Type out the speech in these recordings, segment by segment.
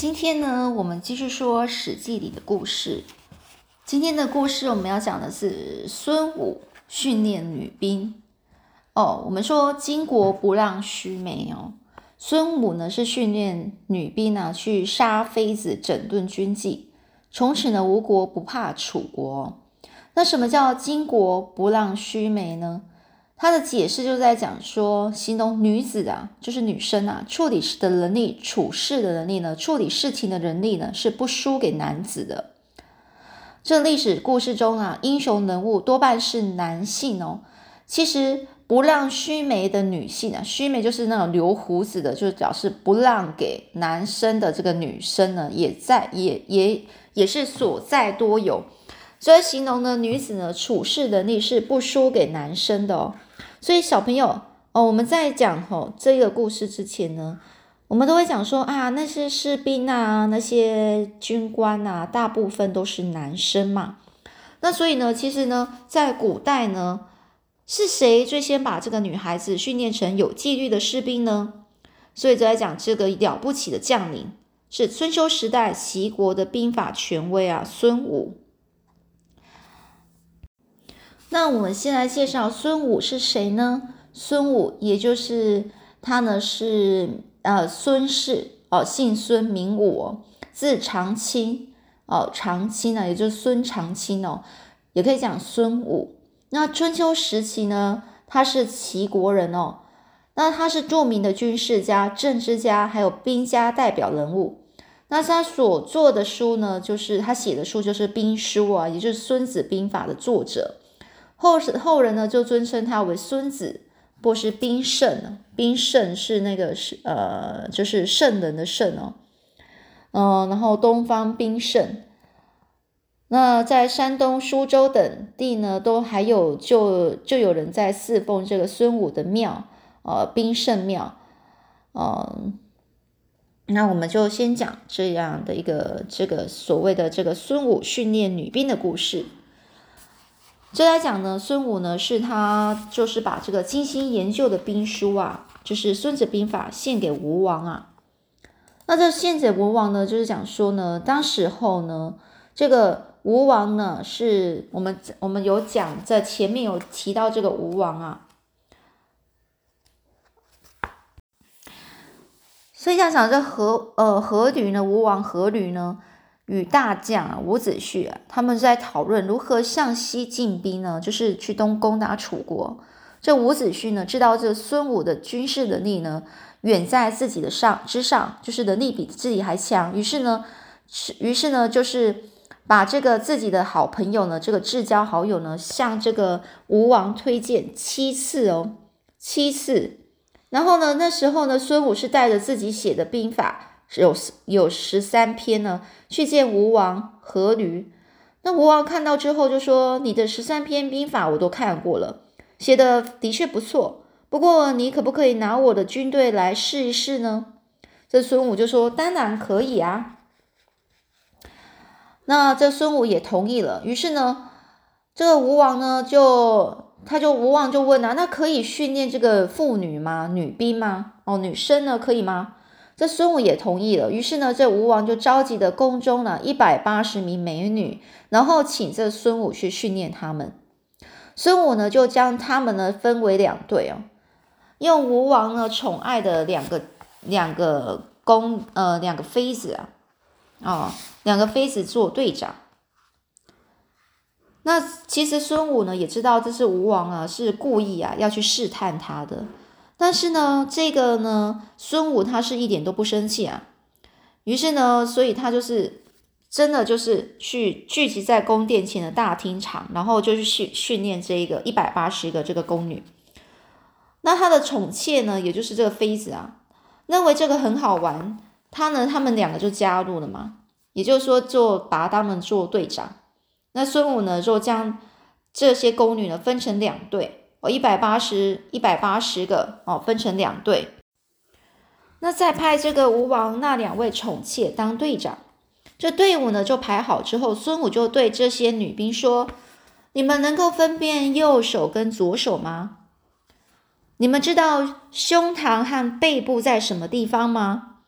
今天呢，我们继续说《史记》里的故事。今天的故事我们要讲的是孙武训练女兵。我们说巾帼不让须眉哦。孙武呢是训练女兵呢去杀妃子，整顿军纪。从此呢，吴国不怕楚国。那什么叫巾帼不让须眉呢？他的解释就在讲说，形容女子啊，就是女生啊，处理的能力、处事的能力呢，处理事情的能力呢，是不输给男子的。这历史故事中啊，英雄人物多半是男性哦。其实不让须眉的女性啊，须眉就是那种留胡子的，就是表示不让给男生的这个女生呢，也是所在多有。所以形容呢，女子呢处事能力是不输给男生的哦。所以小朋友我们在讲这个故事之前呢，我们都会讲说啊，那些士兵啊，那些军官啊，大部分都是男生嘛。那所以呢，其实呢，在古代呢，是谁最先把这个女孩子训练成有纪律的士兵呢？所以就在讲这个了不起的将领，是春秋时代齐国的兵法权威啊，孙武。那我们先来介绍孙武是谁呢？孙武也就是他呢是孙氏姓孙名武字长卿长卿呢也就是孙长卿也可以讲孙武。那春秋时期呢，他是齐国人那他是著名的军事家、政治家还有兵家代表人物。那他所做的书呢，就是他写的书就是兵书也就是孙子兵法的作者。后人呢就尊称他为孙子，或是兵圣。兵圣是那个就是圣人的圣然后东方兵圣。那在山东、苏州等地呢，都还有就有人在侍奉这个孙武的庙兵圣庙那我们就先讲这样的一个这个所谓的这个孙武训练女兵的故事。这来讲呢，孙武呢是他就是把这个精心研究的兵书就是孙子兵法献给吴王那这献给吴王呢，就是讲说呢，当时候呢，这个吴王呢是我们有讲在前面有提到这个吴王所以想这阖闾呢，吴王阖闾呢与大将伍子胥他们在讨论如何向西进兵呢，就是去攻打楚国。这伍子胥呢知道这孙武的军事能力呢远在自己的之上，就是能力比自己还强，于是呢就是把这个自己的好朋友呢，这个至交好友呢向这个吴王推荐7次。然后呢，那时候呢，孙武是带着自己写的兵法有13篇呢，去见吴王阖闾。那吴王看到之后就说：“你的13篇兵法我都看过了，写的的确不错，不过你可不可以拿我的军队来试一试呢？”这孙武就说：“当然可以啊。”那这孙武也同意了。于是呢，这个吴王呢吴王就问那可以训练这个妇女吗？女兵吗？女生呢可以吗？这孙武也同意了。于是呢，这吴王就召集的宫中呢180名美女，然后请这孙武去训练他们。孙武呢就将他们呢分为2队用吴王呢宠爱的两个妃子2个妃子做队长。那其实孙武呢也知道这是吴王是故意要去试探他的，但是呢这个呢孙武他是一点都不生气于是呢所以他就是真的就是去聚集在宫殿前的大厅场，然后就去训练这个180个这个宫女。那他的宠妾呢也就是这个妃子认为这个很好玩，他们2个就加入了嘛，也就是说把他们做队长。那孙武呢就将这些宫女呢分成2队180个分成2队。那再派这个吴王那2位宠妾当队长。这队伍呢就排好之后，孙武就对这些女兵说：“你们能够分辨右手跟左手吗？你们知道胸膛和背部在什么地方吗？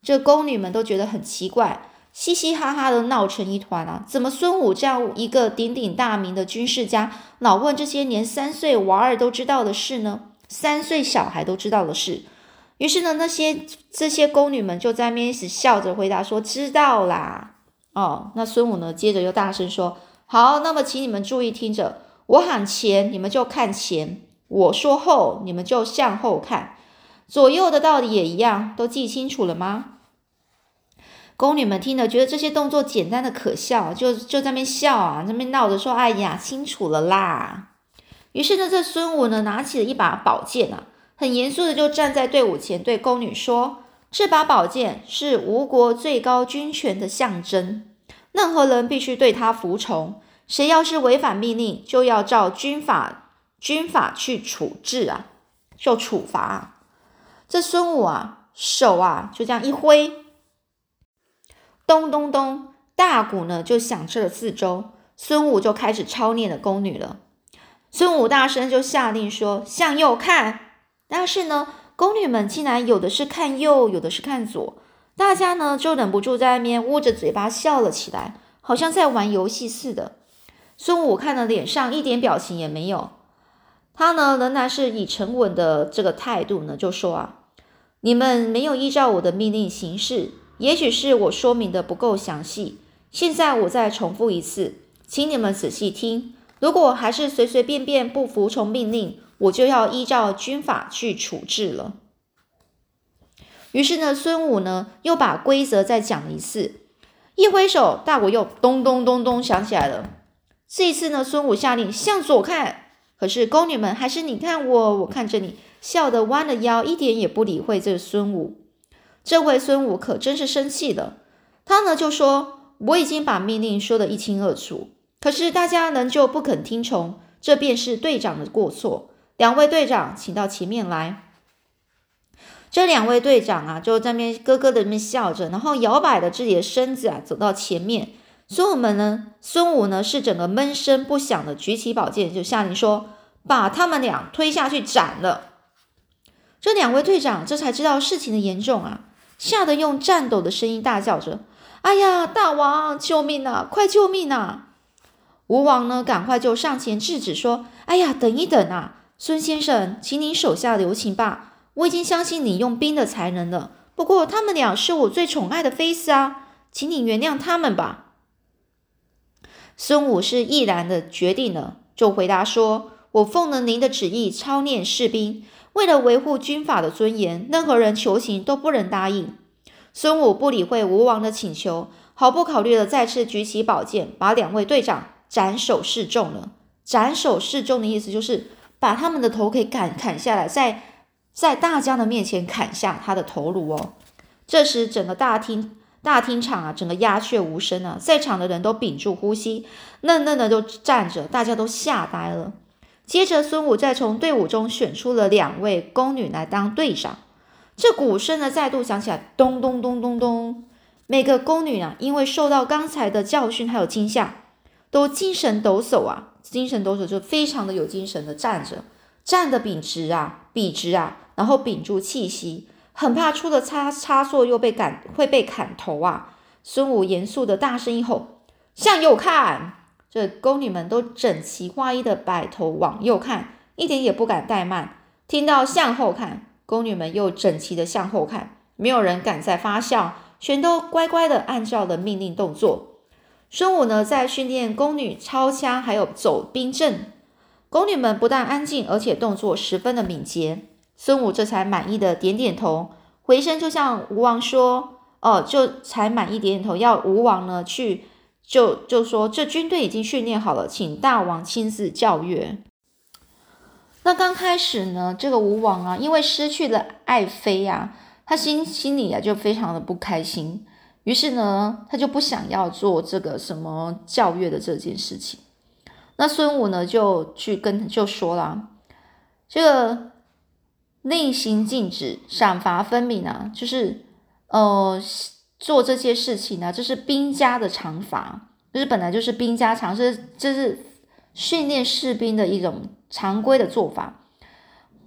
这宫女们都觉得很奇怪，嘻嘻哈哈的闹成一团啊！怎么孙武这样一个鼎鼎大名的军事家，老问这些连3岁娃儿都知道的事呢？3岁小孩都知道的事。于是呢，这些宫女们就在那边一直笑着回答说：“知道啦。”那孙武呢，接着又大声说：“好，那么请你们注意听着，我喊前，你们就看前；我说后，你们就向后看。左右的道理也一样，都记清楚了吗？”宫女们听了，觉得这些动作简单的可笑，就在那边笑啊，在那边闹着说：“哎呀，清楚了啦。”于是呢，这孙武呢，拿起了一把宝剑啊，很严肃的就站在队伍前，对宫女说：“这把宝剑是吴国最高军权的象征，任何人必须对他服从。谁要是违反命令，就要照军法去处置啊，就处罚啊。”这孙武啊，手啊就这样一挥，咚咚咚，大鼓呢就响彻了四周。孙武就开始操练了宫女了。孙武大声就下令说：“向右看！”但是呢，宫女们竟然有的是看右，有的是看左，大家呢就忍不住在那边捂着嘴巴笑了起来，好像在玩游戏似的。孙武看了脸上一点表情也没有，他呢仍然是以沉稳的这个态度呢，就说啊：“你们没有依照我的命令行事，也许是我说明的不够详细，现在我再重复一次，请你们仔细听。如果还是随随便便不服从命令，我就要依照军法去处置了。”于是呢，孙武呢又把规则再讲了一次，一挥手，大鼓又咚咚咚咚响起来了。这一次呢，孙武下令向左看，可是宫女们还是你看我，我看着你，笑得弯了腰，一点也不理会这个孙武。这回孙武可真是生气了，他呢就说：“我已经把命令说得一清二楚，可是大家仍旧不肯听从，这便是队长的过错。2位队长，请到前面来。”这2位队长啊，就在那边咯咯的那边笑着，然后摇摆着自己的身子啊，走到前面。孙武呢是整个闷声不响的举起宝剑，就下令说：“把他们俩推下去斩了。”这2位队长这才知道事情的严重啊，吓得用颤抖的声音大叫着：“哎呀，大王，救命啊！快救命啊！”吴王呢，赶快就上前制止说：“哎呀，等一等啊，孙先生，请您手下留情吧。我已经相信你用兵的才能了。不过他们俩是我最宠爱的妃子啊，请你原谅他们吧。”孙武是毅然的决定了，就回答说：“我奉了您的旨意操练士兵，为了维护军法的尊严，任何人求情都不能答应。”孙武不理会吴王的请求，毫不考虑的再次举起宝剑，把2位队长斩首示众了。斩首示众的意思就是把他们的头给砍下来，在大家的面前砍下他的头颅哦。这时整个大厅场啊，整个鸦雀无声啊，在场的人都屏住呼吸，愣愣的就站着，大家都吓呆了。接着孙武再从队伍中选出了2位宫女来当队长，这鼓声呢再度响起来，咚咚咚咚咚。每个宫女啊，因为受到刚才的教训还有惊吓，都精神抖擞啊，就非常的有精神的站着，站得笔直啊，然后屏住气息，很怕出了差错又会被砍头啊。孙武严肃的大声一吼：“向右看！”这宫女们都整齐划一的摆头往右看，一点也不敢怠慢。听到向后看，宫女们又整齐的向后看，没有人敢再发笑，全都乖乖的按照了命令动作。孙武呢，在训练宫女操枪还有走兵阵，宫女们不但安静，而且动作十分的敏捷。孙武这才满意的点点头，回身就向吴王说：“就才满意点点头，要吴王呢去就说这军队已经训练好了，请大王亲自校阅。”那刚开始呢，这个吴王啊，因为失去了爱妃啊，他心里啊就非常的不开心，于是呢，他就不想要做这个什么校阅的这件事情。那孙武呢就说了，这个令行禁止，赏罚分明啊，就是做这些事情呢，这是兵家的常法，就是本来就是兵家常，这是训练士兵的一种常规的做法。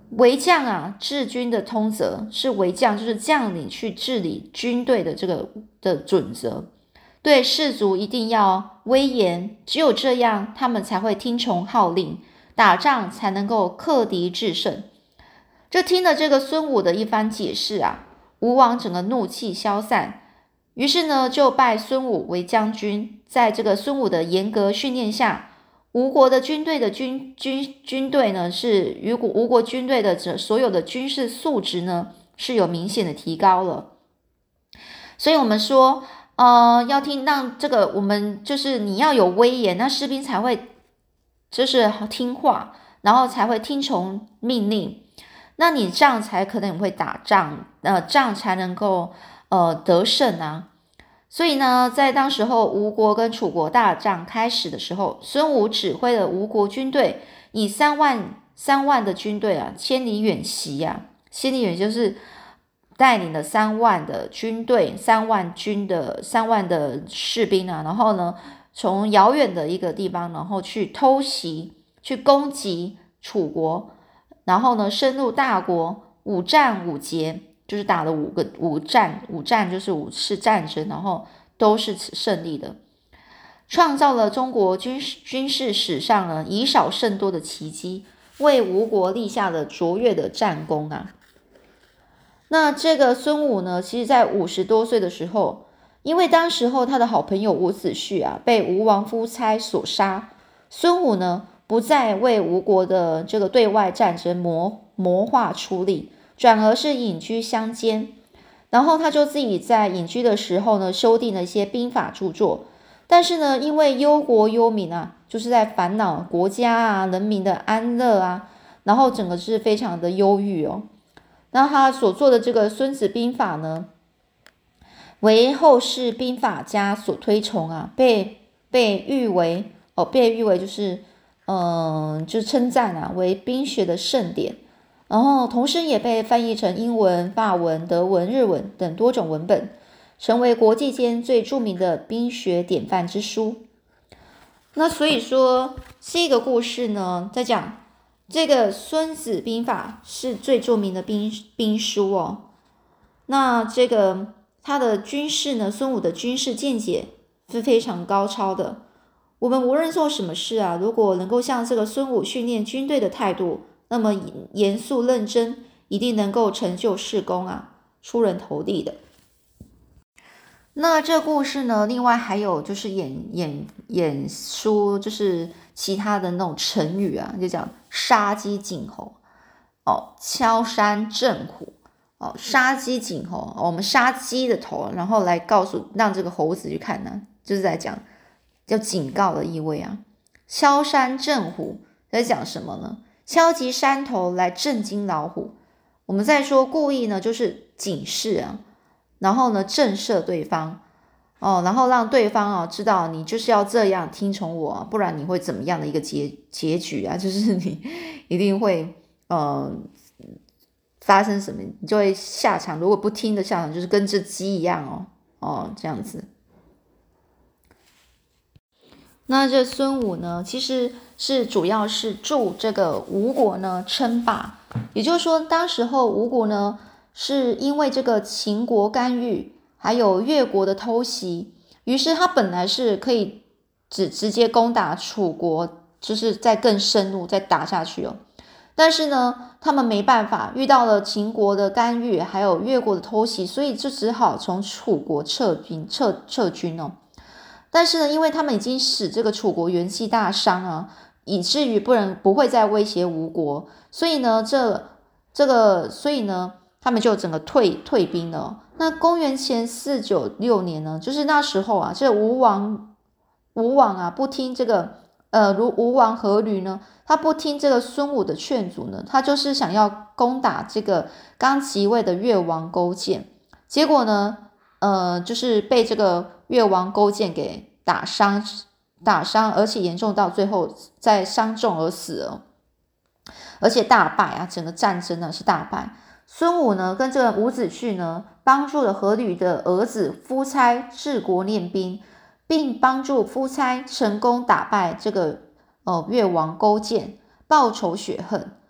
为将啊，治军的通则是为将，就是将领去治理军队的这个的准则。对士卒一定要威严，只有这样，他们才会听从号令，打仗才能够克敌制胜。这听了这个孙武的一番解释啊，吴王整个怒气消散，于是呢就拜孙武为将军。在这个孙武的严格训练下，吴国的军队呢是与吴国军队的所有的军事素质呢是有明显的提高了。所以我们说要让这个我们就是你要有威严，那士兵才会就是听话，然后才会听从命令，那你这样才可能会打仗，仗才能够得胜啊。所以呢，在当时候吴国跟楚国大战开始的时候，孙武指挥了吴国军队，以3万的军队啊，千里远袭啊，千里远就是带领了3万的军队，3万的士兵啊，然后呢，从遥远的一个地方，然后去偷袭，去攻击楚国，然后呢，深入大国，5战5捷。就是打了五战就是5次战争，然后都是胜利的，创造了中国军事史上呢以少胜多的奇迹，为吴国立下了卓越的战功啊。那这个孙武呢，其实在50多岁的时候，因为当时候他的好朋友伍子胥啊被吴王夫差所杀，孙武呢不再为吴国的这个对外战争谋划出力，转而是隐居乡间，然后他就自己在隐居的时候呢，修订了一些兵法著作。但是呢，因为忧国忧民啊，就是在烦恼国家啊、人民的安乐啊，然后整个是非常的忧郁哦。那他所做的这个《孙子兵法》呢，为后世兵法家所推崇啊，被誉为就是就称赞啊，为兵学的圣典。然后同时也被翻译成英文、法文、德文、日文等多种文本，成为国际间最著名的兵学典范之书。那所以说这个故事呢，在讲这个《孙子兵法》是最著名的兵书哦。那这个他的军事呢，孙武的军事见解是非常高超的。我们无论做什么事啊，如果能够像这个孙武训练军队的态度，那么严肃认真，一定能够成就事功啊，出人头地的。那这故事呢，另外还有就是演出，就是其他的那种成语啊，就讲杀鸡儆猴敲山震虎杀鸡儆猴我们杀鸡的头，然后来让这个猴子去看呢，就是在讲要警告的意味啊。敲山震虎在讲什么呢？敲击山头来震惊老虎。我们在说故意呢，就是警示啊，然后呢震慑对方然后让对方知道你就是要这样听从我，不然你会怎么样的一个结局啊？就是你一定会发生什么，你就会下场。如果不听的下场就是跟这鸡一样这样子。那这孙武呢，其实是主要是助这个吴国呢称霸，也就是说，当时候吴国呢是因为这个秦国干预，还有越国的偷袭，于是他本来是可以直接攻打楚国，就是再更深入再打下去但是呢，他们没办法，遇到了秦国的干预，还有越国的偷袭，所以就只好从楚国撤军但是呢，因为他们已经使这个楚国元气大伤啊，以至于不会再威胁吴国，所以呢，他们就整个退兵了。那公元前496年呢，就是那时候啊，这吴王不听这个吴王阖闾呢，他不听这个孙武的劝阻呢，他就是想要攻打这个刚即位的越王勾践，结果呢就是被这个越王勾践给打伤，而且严重到最后再伤重而死了，而且大败啊，整个战争呢是大败。孙武呢跟这个伍子胥呢帮助了阖闾的儿子夫差治国练兵，并帮助夫差成功打败这个越王勾践，报仇雪恨。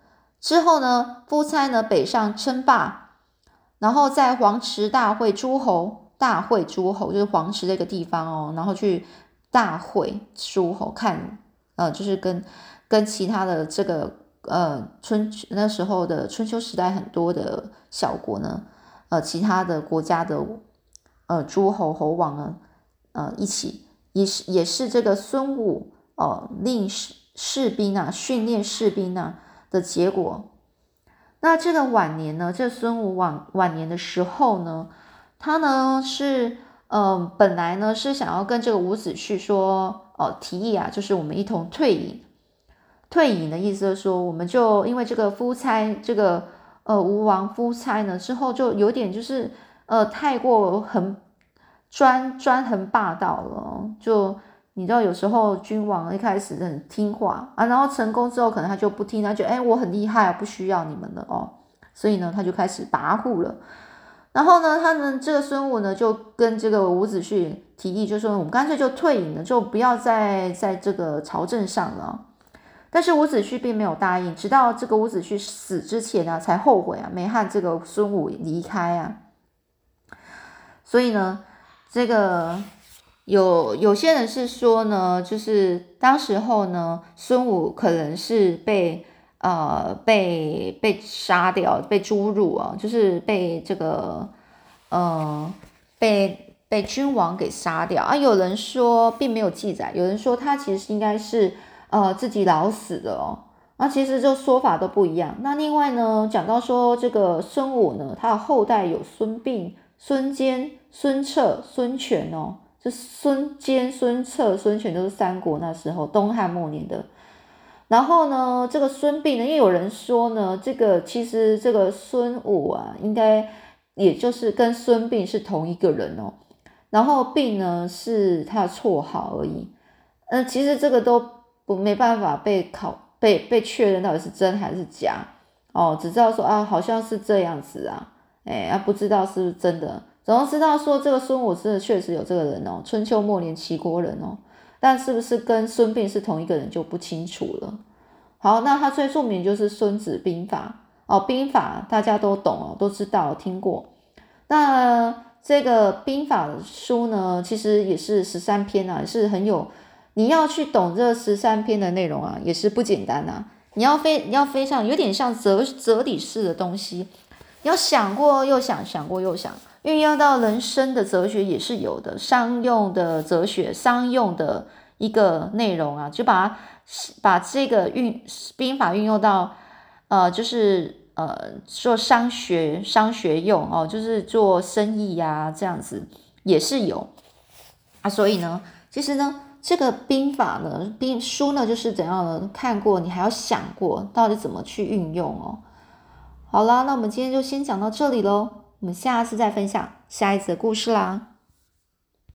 之后呢，夫差呢北上称霸，然后在黄池大会诸侯，就是黄池这个地方哦，然后去大会诸侯看，就是跟其他的这个那时候的春秋时代很多的小国呢，其他的国家的诸侯侯王呢，一起也是这个孙武令士兵啊训练士兵啊的结果。那这个晚年呢，这孙武晚年的时候呢，他呢是本来呢是想要跟这个伍子胥说提议啊，就是我们一同退隐。退隐的意思是说，我们就因为这个夫差这个吴王夫差呢之后就有点就是太过专横霸道了，就你知道有时候君王一开始很听话啊，然后成功之后可能他就不听，他觉得我很厉害啊，不需要你们了哦，所以呢他就开始跋扈了。然后呢，他们这个孙武呢就跟这个伍子胥提议，就说我们干脆就退隐了，就不要再在这个朝政上了。但是伍子胥并没有答应，直到这个伍子胥死之前啊，才后悔啊，没和这个孙武离开啊。所以呢，这个有些人是说呢，就是当时候呢，孙武可能是被杀掉，被诛戮啊，就是被这个被君王给杀掉啊。有人说并没有记载，有人说他其实应该是自己老死的哦。那其实这说法都不一样。那另外呢，讲到说这个孙武呢，他的后代有孙膑、孙坚、孙策、孙权哦。这孙坚、孙策、孙权都是三国那时候东汉末年的。然后呢，这个孙膑呢，也有人说呢，其实这个孙武啊，应该也就是跟孙膑是同一个人哦。然后膑呢是他的绰号而已。其实这个都没办法被确认到底是真还是假哦，只知道说好像是这样子啊，不知道是不是真的。总知道说这个孙武是确实有这个人哦，春秋末年齐国人哦，但是不是跟孙膑是同一个人就不清楚了。好，那他最著名就是孙子兵法哦，兵法大家都懂哦，都知道听过。那这个兵法书呢，其实也是13篇啊，也是很有，你要去懂这13篇的内容啊，也是不简单啊。你要非常有点像哲理式的东西，你要想过又想，想过又想。运用到人生的哲学也是有的，商用的哲学，商用的一个内容啊，就把这个兵法运用到就是做商学用哦，就是做生意呀，这样子也是有啊。所以呢，其实呢，这个兵法呢，书呢就是怎样呢？看过你还要想过到底怎么去运用哦。好啦，那我们今天就先讲到这里咯，我们下次再分享下一次的故事啦。